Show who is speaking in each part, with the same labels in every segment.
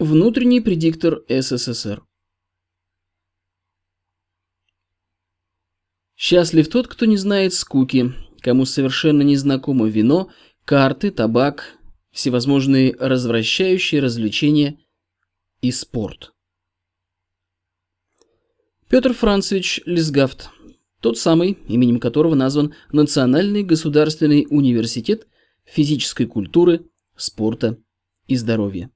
Speaker 1: Внутренний предиктор СССР. Счастлив тот, кто не знает скуки, кому совершенно не знакомо вино, карты, табак, всевозможные развращающие развлечения и спорт. Петр Францевич Лисгафт, тот самый, именем которого назван Национальный государственный университет физической культуры, спорта и здоровья.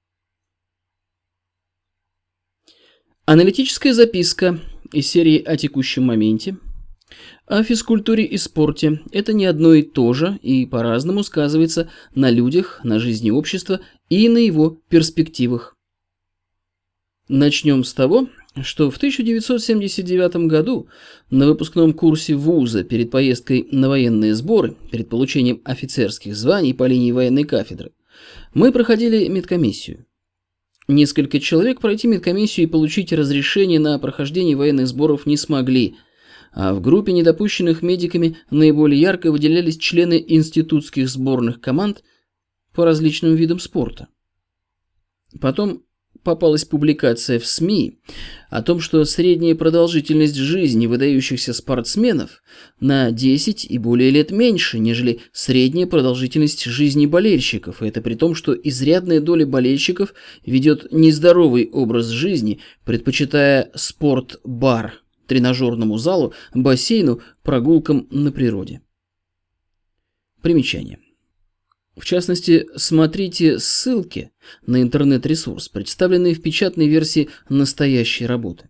Speaker 1: Аналитическая записка из серии «О текущем моменте». О физкультуре и спорте – это не одно и то же и по-разному сказывается на людях, на жизни общества и на его перспективах. Начнем с того, что в 1979 году на выпускном курсе вуза перед поездкой на военные сборы, перед получением офицерских званий по линии военной кафедры, мы проходили медкомиссию. Несколько человек пройти медкомиссию и получить разрешение на прохождение военных сборов не смогли, а в группе недопущенных медиками наиболее ярко выделялись члены институтских сборных команд по различным видам спорта. Потом попалась публикация в СМИ о том, что средняя продолжительность жизни выдающихся спортсменов на 10 и более лет меньше, нежели средняя продолжительность жизни болельщиков. И это при том, что изрядная доля болельщиков ведет нездоровый образ жизни, предпочитая спорт-бар, тренажерному залу, бассейну, прогулкам на природе. Примечание. В частности, смотрите ссылки на интернет-ресурс, представленные в печатной версии настоящей работы.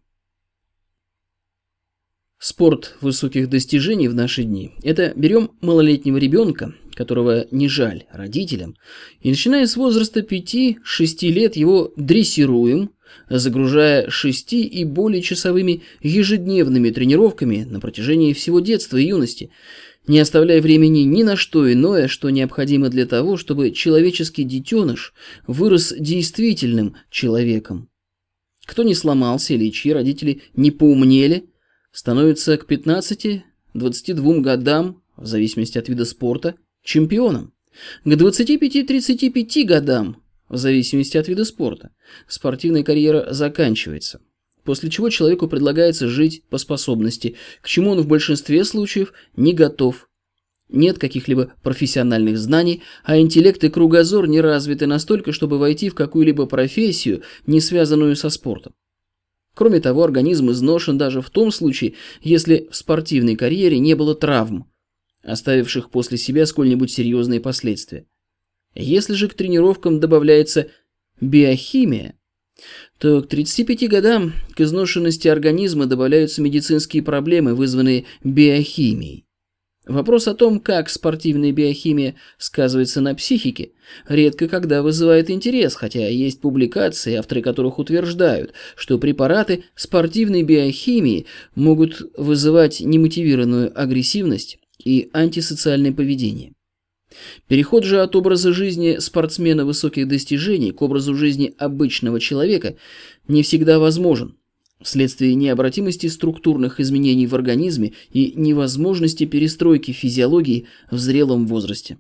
Speaker 1: Спорт высоких достижений в наши дни – это берем малолетнего ребенка, которого не жаль родителям, и начиная с возраста 5-6 лет его дрессируем, загружая 6 и более часовыми ежедневными тренировками на протяжении всего детства и юности, не оставляя времени ни на что иное, что необходимо для того, чтобы человеческий детеныш вырос действительным человеком. Кто не сломался или чьи родители не поумнели, становится к 15-22 годам, в зависимости от вида спорта, чемпионом. К 25-35 годам, в зависимости от вида спорта, спортивная карьера заканчивается, после чего человеку предлагается жить по способности, к чему он в большинстве случаев не готов. Нет каких-либо профессиональных знаний, а интеллект и кругозор не развиты настолько, чтобы войти в какую-либо профессию, не связанную со спортом. Кроме того, организм изношен даже в том случае, если в спортивной карьере не было травм, оставивших после себя сколь-нибудь серьезные последствия. Если же к тренировкам добавляется биохимия, то к 35 годам к изношенности организма добавляются медицинские проблемы, вызванные биохимией. Вопрос о том, как спортивная биохимия сказывается на психике, редко когда вызывает интерес, хотя есть публикации, авторы которых утверждают, что препараты спортивной биохимии могут вызывать немотивированную агрессивность и антисоциальное поведение. Переход же от образа жизни спортсмена высоких достижений к образу жизни обычного человека не всегда возможен, вследствие необратимости структурных изменений в организме и невозможности перестройки физиологии в зрелом возрасте.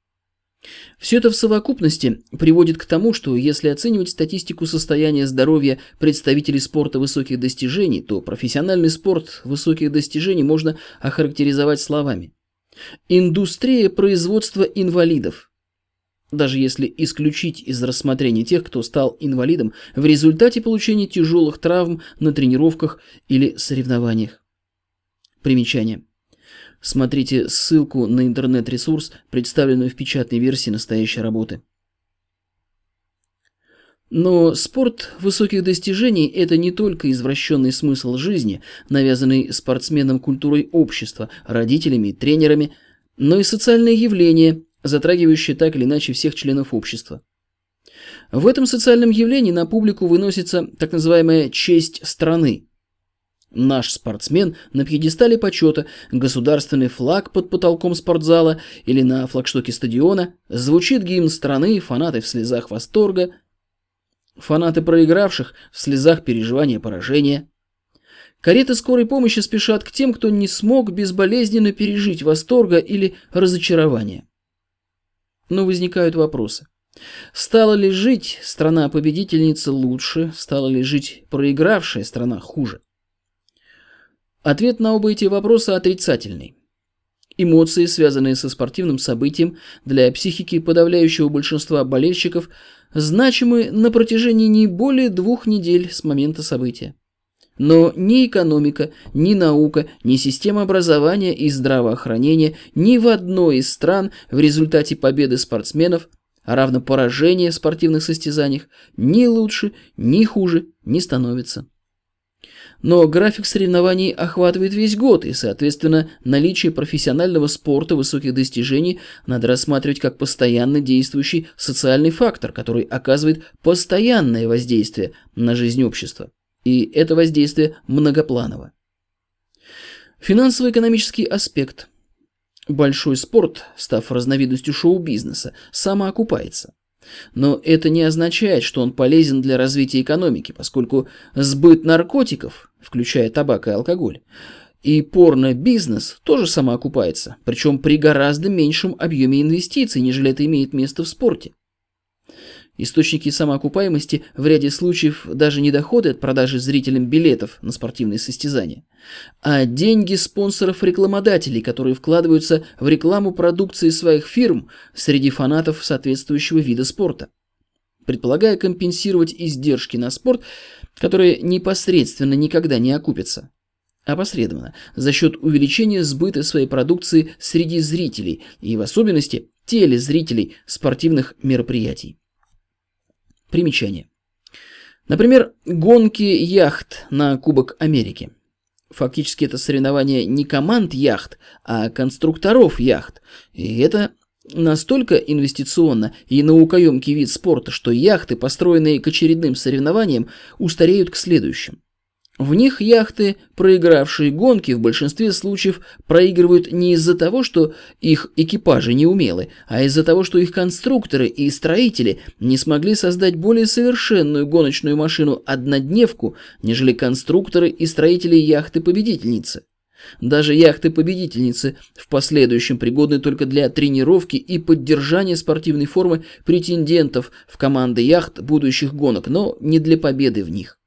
Speaker 1: Все это в совокупности приводит к тому, что если оценивать статистику состояния здоровья представителей спорта высоких достижений, то профессиональный спорт высоких достижений можно охарактеризовать словами: индустрия производства инвалидов. Даже если исключить из рассмотрения тех, кто стал инвалидом в результате получения тяжелых травм на тренировках или соревнованиях. Примечание. Смотрите ссылку на интернет-ресурс, представленную в печатной версии настоящей работы. Но спорт высоких достижений – это не только извращенный смысл жизни, навязанный спортсменам культурой общества, родителями, тренерами, но и социальное явление, затрагивающее так или иначе всех членов общества. В этом социальном явлении на публику выносится так называемая честь страны. Наш спортсмен на пьедестале почета, государственный флаг под потолком спортзала или на флагштоке стадиона, звучит гимн страны, фанаты в слезах восторга, фанаты проигравших в слезах переживания поражения. Кареты скорой помощи спешат к тем, кто не смог безболезненно пережить восторга или разочарования. Но возникают вопросы. Стала ли жить страна-победительница лучше, стала ли жить проигравшая страна хуже? Ответ на оба эти вопроса отрицательный. Эмоции, связанные со спортивным событием, для психики подавляющего большинства болельщиков значимы на протяжении не более 2 недель с момента события. Но ни экономика, ни наука, ни система образования и здравоохранения ни в одной из стран в результате победы спортсменов, а равно поражения в спортивных состязаниях, ни лучше, ни хуже не становится. Но график соревнований охватывает весь год, и, соответственно, наличие профессионального спорта высоких достижений надо рассматривать как постоянно действующий социальный фактор, который оказывает постоянное воздействие на жизнь общества. И это воздействие многопланово. Финансово-экономический аспект. Большой спорт, став разновидностью шоу-бизнеса, самоокупается. Но это не означает, что он полезен для развития экономики, поскольку сбыт наркотиков, включая табак и алкоголь, и порно-бизнес тоже самоокупается, причем при гораздо меньшем объеме инвестиций, нежели это имеет место в спорте. Источники самоокупаемости в ряде случаев даже не доходы от продажи зрителям билетов на спортивные состязания, а деньги спонсоров-рекламодателей, которые вкладываются в рекламу продукции своих фирм среди фанатов соответствующего вида спорта. Предполагая компенсировать издержки на спорт, которые непосредственно никогда не окупятся, опосредованно, за счет увеличения сбыта своей продукции среди зрителей и в особенности телезрителей спортивных мероприятий. Примечание. Например, гонки яхт на Кубок Америки. Фактически это соревнование не команд яхт, а конструкторов яхт. И это настолько инвестиционно и наукоемкий вид спорта, что яхты, построенные к очередным соревнованиям, устареют к следующим. В них яхты, проигравшие гонки, в большинстве случаев проигрывают не из-за того, что их экипажи неумелы, а из-за того, что их конструкторы и строители не смогли создать более совершенную гоночную машину-однодневку, нежели конструкторы и строители яхты-победительницы. Даже яхты-победительницы в последующем пригодны только для тренировки и поддержания спортивной формы претендентов в команды яхт будущих гонок, но не для победы в них.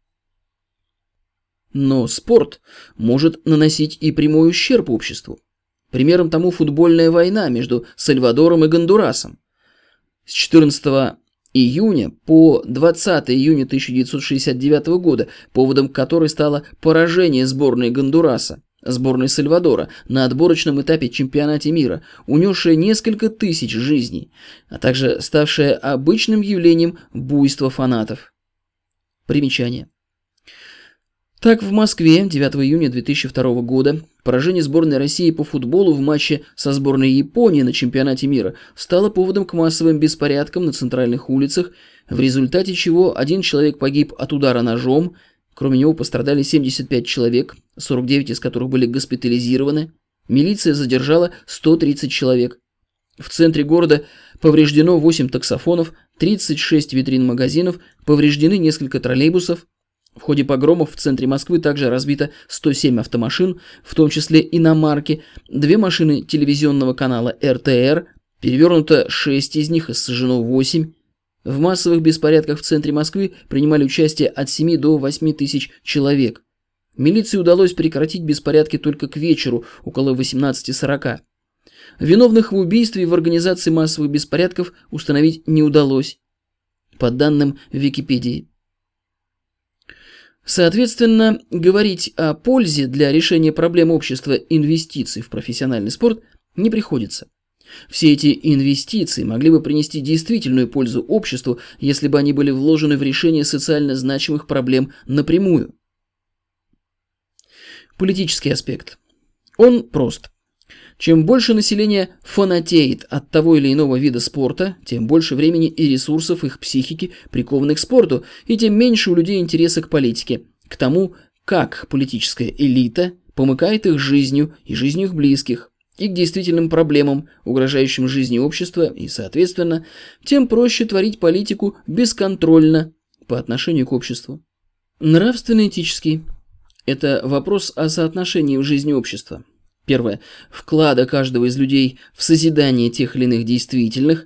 Speaker 1: Но спорт может наносить и прямой ущерб обществу. Примером тому футбольная война между Сальвадором и Гондурасом. С 14 июня по 20 июня 1969 года, поводом которой стало поражение сборной Гондураса, сборной Сальвадора, на отборочном этапе чемпионата мира, унесшее несколько тысяч жизней, а также ставшее обычным явлением буйства фанатов. Примечание. Так, в Москве 9 июня 2002 года поражение сборной России по футболу в матче со сборной Японии на чемпионате мира стало поводом к массовым беспорядкам на центральных улицах, в результате чего один человек погиб от удара ножом, кроме него пострадали 75 человек, 49 из которых были госпитализированы, милиция задержала 130 человек. В центре города повреждено 8 таксофонов, 36 витрин магазинов, повреждены несколько троллейбусов. В ходе погромов в центре Москвы также разбито 107 автомашин, в том числе иномарки, 2 машины телевизионного канала РТР, перевернуто 6 из них и сожжено 8. В массовых беспорядках в центре Москвы принимали участие от 7 до 8 тысяч человек. Милиции удалось прекратить беспорядки только к вечеру, около 18:40. Виновных в убийстве и в организации массовых беспорядков установить не удалось, по данным Википедии. Соответственно, говорить о пользе для решения проблем общества инвестиций в профессиональный спорт не приходится. Все эти инвестиции могли бы принести действительную пользу обществу, если бы они были вложены в решение социально значимых проблем напрямую. Политический аспект. Он прост. Чем больше население фанатеет от того или иного вида спорта, тем больше времени и ресурсов их психики прикованы к спорту, и тем меньше у людей интереса к политике, к тому, как политическая элита помыкает их жизнью и жизнью их близких, и к действительным проблемам, угрожающим жизни общества, и, соответственно, тем проще творить политику бесконтрольно по отношению к обществу. Нравственно-этический – это вопрос о соотношении в жизни общества. Первое. Вклада каждого из людей в созидание тех или иных действительных,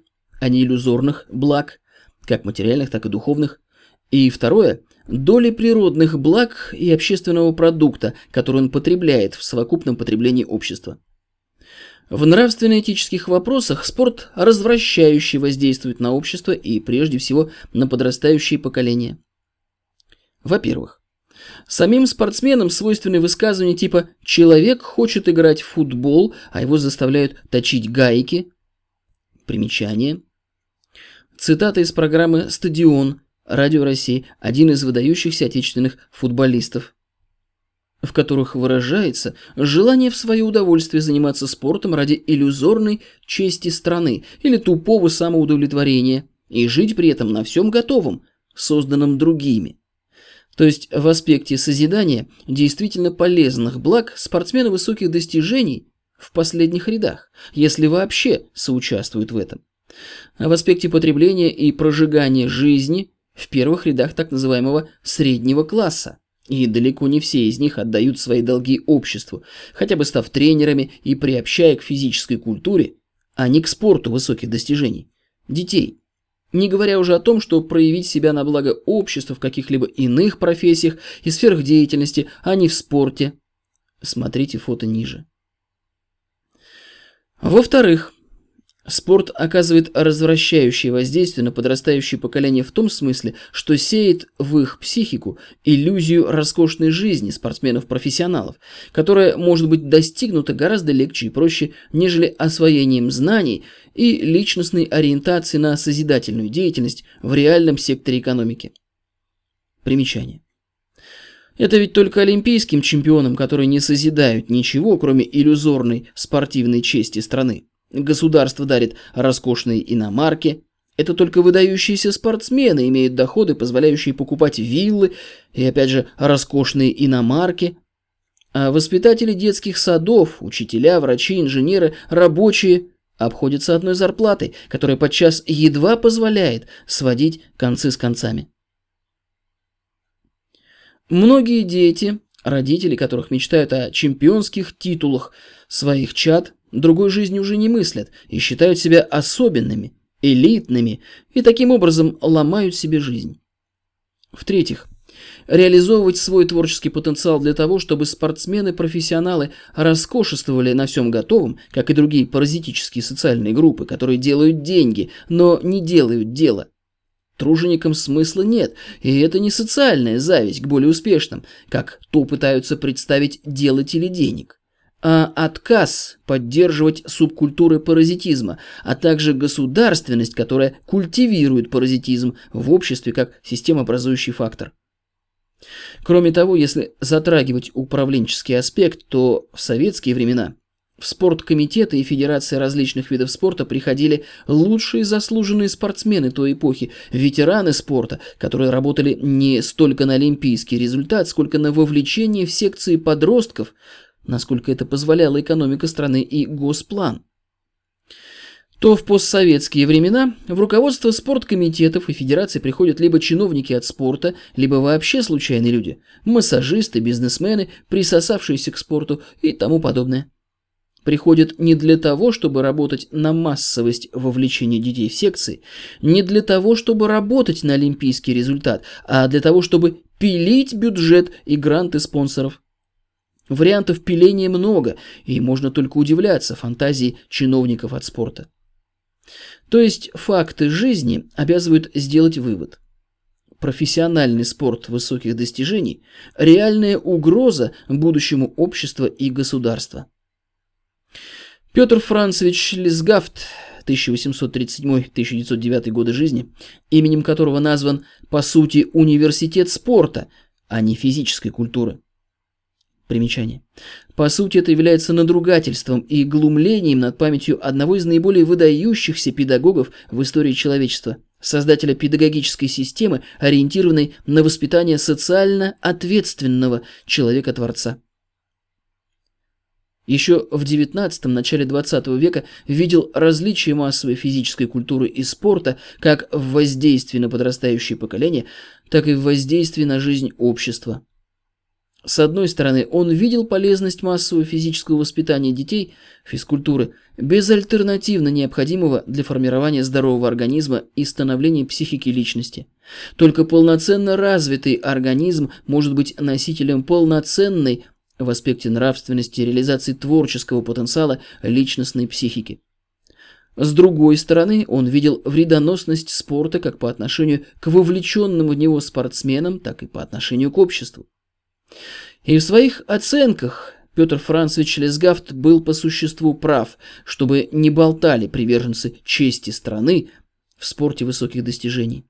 Speaker 1: а не иллюзорных благ, как материальных, так и духовных. И второе – доли природных благ и общественного продукта, который он потребляет в совокупном потреблении общества. В нравственно-этических вопросах спорт развращающе воздействует на общество и прежде всего на подрастающие поколения. Во-первых, самим спортсменам свойственны высказывания типа «человек хочет играть в футбол, а его заставляют точить гайки». Примечание. Цитата из программы «Стадион», Радио России, один из выдающихся отечественных футболистов, в которых выражается желание в свое удовольствие заниматься спортом ради иллюзорной чести страны или тупого самоудовлетворения и жить при этом на всем готовом, созданном другими. То есть в аспекте созидания действительно полезных благ спортсмены высоких достижений в последних рядах, если вообще соучаствуют в этом. А в аспекте потребления и прожигания жизни в первых рядах так называемого среднего класса. И далеко не все из них отдают свои долги обществу, хотя бы став тренерами и приобщая к физической культуре, а не к спорту высоких достижений, детей. Не говоря уже о том, что проявить себя на благо общества в каких-либо иных профессиях и сферах деятельности, а не в спорте. Смотрите фото ниже. Во-вторых, спорт оказывает развращающее воздействие на подрастающее поколение в том смысле, что сеет в их психику иллюзию роскошной жизни спортсменов-профессионалов, которая может быть достигнута гораздо легче и проще, нежели освоением знаний и личностной ориентации на созидательную деятельность в реальном секторе экономики. Примечание. Это ведь только олимпийским чемпионам, которые не созидают ничего, кроме иллюзорной спортивной чести страны. Государство дарит роскошные иномарки. Это только выдающиеся спортсмены имеют доходы, позволяющие покупать виллы и, опять же, роскошные иномарки. А воспитатели детских садов, учителя, врачи, инженеры, рабочие обходятся одной зарплатой, которая подчас едва позволяет сводить концы с концами. Многие дети, родители которых мечтают о чемпионских титулах своих чад, другой жизни уже не мыслят и считают себя особенными, элитными и таким образом ломают себе жизнь. В-третьих, реализовывать свой творческий потенциал для того, чтобы спортсмены-профессионалы роскошествовали на всем готовом, как и другие паразитические социальные группы, которые делают деньги, но не делают дела. Труженикам смысла нет, и это не социальная зависть к более успешным, как то пытаются представить делатели денег, а отказ поддерживать субкультуры паразитизма, а также государственность, которая культивирует паразитизм в обществе как системообразующий фактор. Кроме того, если затрагивать управленческий аспект, то в советские времена в спорткомитеты и федерации различных видов спорта приходили лучшие заслуженные спортсмены той эпохи, ветераны спорта, которые работали не столько на олимпийский результат, сколько на вовлечение в секции подростков, насколько это позволяла экономика страны и госплан. То в постсоветские времена в руководство спорткомитетов и федераций приходят либо чиновники от спорта, либо вообще случайные люди, массажисты, бизнесмены, присосавшиеся к спорту и тому подобное. Приходят не для того, чтобы работать на массовость вовлечения детей в секции, не для того, чтобы работать на олимпийский результат, а для того, чтобы пилить бюджет и гранты спонсоров. Вариантов пиления много, и можно только удивляться фантазии чиновников от спорта. То есть факты жизни обязывают сделать вывод. Профессиональный спорт высоких достижений – реальная угроза будущему общества и государства. Петр Францевич Лисгафт, 1837-1909 годы жизни, именем которого назван, по сути, университет спорта, а не физической культуры. Примечание. По сути, это является надругательством и глумлением над памятью одного из наиболее выдающихся педагогов в истории человечества, создателя педагогической системы, ориентированной на воспитание социально ответственного человека-творца. Еще в XIX – начале XX века видел различия массовой физической культуры и спорта как в воздействии на подрастающее поколение, так и в воздействии на жизнь общества. С одной стороны, он видел полезность массового физического воспитания детей, физкультуры, безальтернативно необходимого для формирования здорового организма и становления психики личности. Только полноценно развитый организм может быть носителем полноценной в аспекте нравственности и реализации творческого потенциала личностной психики. С другой стороны, он видел вредоносность спорта как по отношению к вовлеченным в него спортсменам, так и по отношению к обществу. И в своих оценках Петр Францевич Лесгафт был по существу прав, чтобы не болтали приверженцы чести страны в спорте высоких достижений.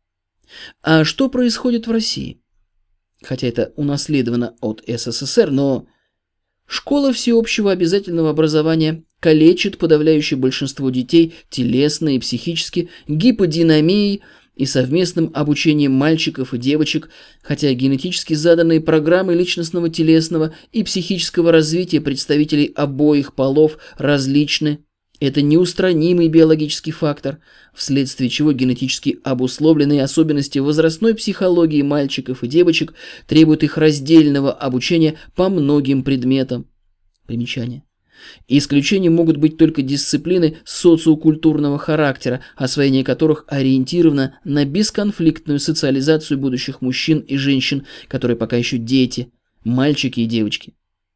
Speaker 1: А что происходит в России? Хотя это унаследовано от СССР, но школа всеобщего обязательного образования калечит подавляющее большинство детей телесно и психически, гиподинамией и совместным обучением мальчиков и девочек, хотя генетически заданные программы личностного, телесного и психического развития представителей обоих полов различны. Это неустранимый биологический фактор, вследствие чего генетически обусловленные особенности возрастной психологии мальчиков и девочек требуют их раздельного обучения по многим предметам. Примечание. Исключением могут быть только дисциплины социокультурного характера, освоение которых ориентировано на бесконфликтную социализацию будущих мужчин и женщин, которые пока еще дети, мальчики и девочки.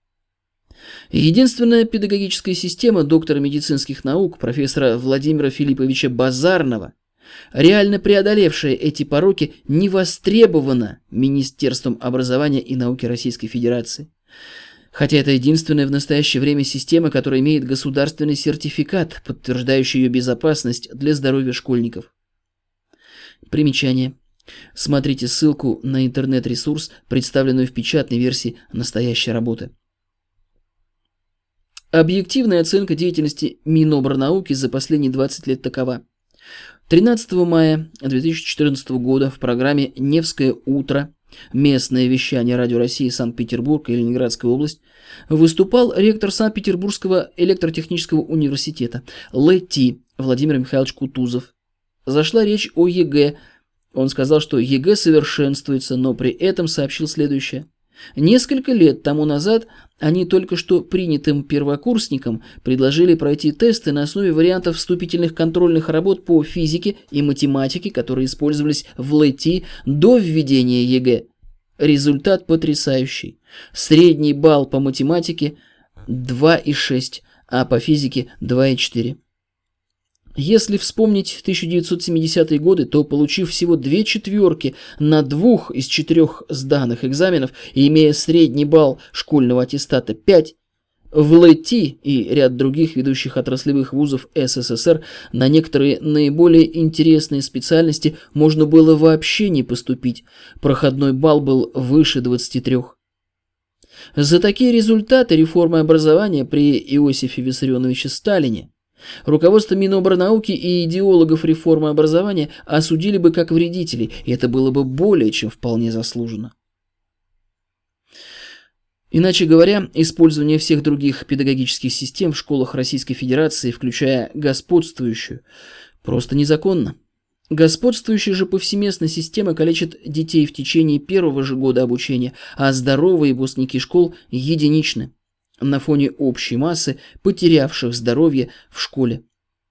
Speaker 1: Единственная педагогическая система доктора медицинских наук профессора Владимира Филипповича Базарнова, реально преодолевшая эти пороки, не востребована Министерством образования и науки Российской Федерации. Хотя это единственная в настоящее время система, которая имеет государственный сертификат, подтверждающий ее безопасность для здоровья школьников. Примечание. Смотрите ссылку на интернет-ресурс, представленную в печатной версии настоящей работы. Объективная оценка деятельности Минобрнауки за последние 20 лет такова. 13 мая 2014 года в программе «Невское утро» местное вещание Радио России Санкт-Петербург и Ленинградская область выступал ректор Санкт-Петербургского электротехнического университета ЛЭТИ Владимир Михайлович Кутузов. Зашла речь о ЕГЭ. Он сказал, что ЕГЭ совершенствуется, но при этом сообщил следующее. Несколько лет тому назад они только что принятым первокурсникам предложили пройти тесты на основе вариантов вступительных контрольных работ по физике и математике, которые использовались в ЛЭТИ до введения ЕГЭ. Результат потрясающий. Средний балл по математике 2,6, а по физике 2,4. Если вспомнить 1970-е годы, то, получив всего 2 четверки на 2 из 4 сданных экзаменов и имея средний балл школьного аттестата 5, в ЛЭТИ и ряд других ведущих отраслевых вузов СССР на некоторые наиболее интересные специальности можно было вообще не поступить. Проходной балл был выше 23. За такие результаты реформы образования при Иосифе Виссарионовиче Сталине руководство Минобрнауки и идеологов реформы образования осудили бы как вредителей, и это было бы более чем вполне заслуженно. Иначе говоря, использование всех других педагогических систем в школах Российской Федерации, включая господствующую, просто незаконно. Господствующая же повсеместно система калечит детей в течение первого же года обучения, а здоровые выпускники школ единичны на фоне общей массы потерявших здоровье в школе.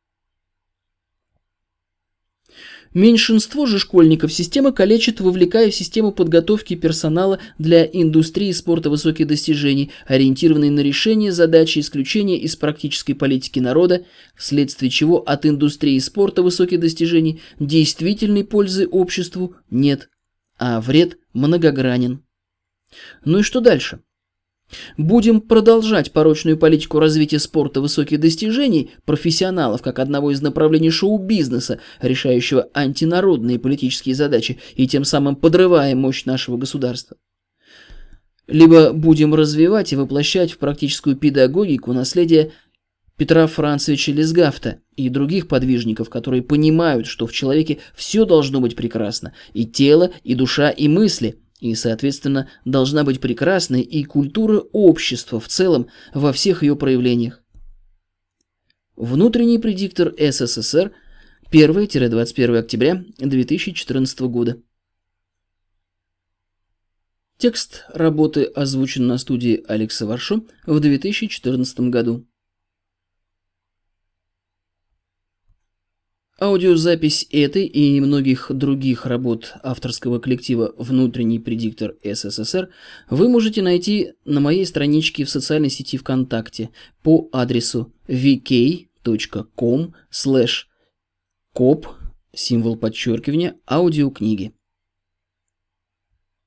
Speaker 1: Меньшинство же школьников система калечит, вовлекая в систему подготовки персонала для индустрии спорта высоких достижений, ориентированной на решение задачи исключения из практической политики народа, вследствие чего от индустрии спорта высоких достижений действительной пользы обществу нет, а вред многогранен. Ну и что дальше? Будем продолжать порочную политику развития спорта высоких достижений профессионалов как одного из направлений шоу-бизнеса, решающего антинародные политические задачи и тем самым подрывая мощь нашего государства. Либо будем развивать и воплощать в практическую педагогику наследие Петра Францевича Лесгафта и других подвижников, которые понимают, что в человеке все должно быть прекрасно, и тело, и душа, и мысли, и, соответственно, должна быть прекрасной и культура общества в целом во всех ее проявлениях. Внутренний предиктор СССР 1-21 октября 2014 года. Текст работы озвучен на студии Алекса Варшо в 2014 году. Аудиозапись этой и многих других работ авторского коллектива «Внутренний предиктор СССР» вы можете найти на моей страничке в социальной сети ВКонтакте по адресу vk.com/kop, символ подчеркивания, аудиокниги.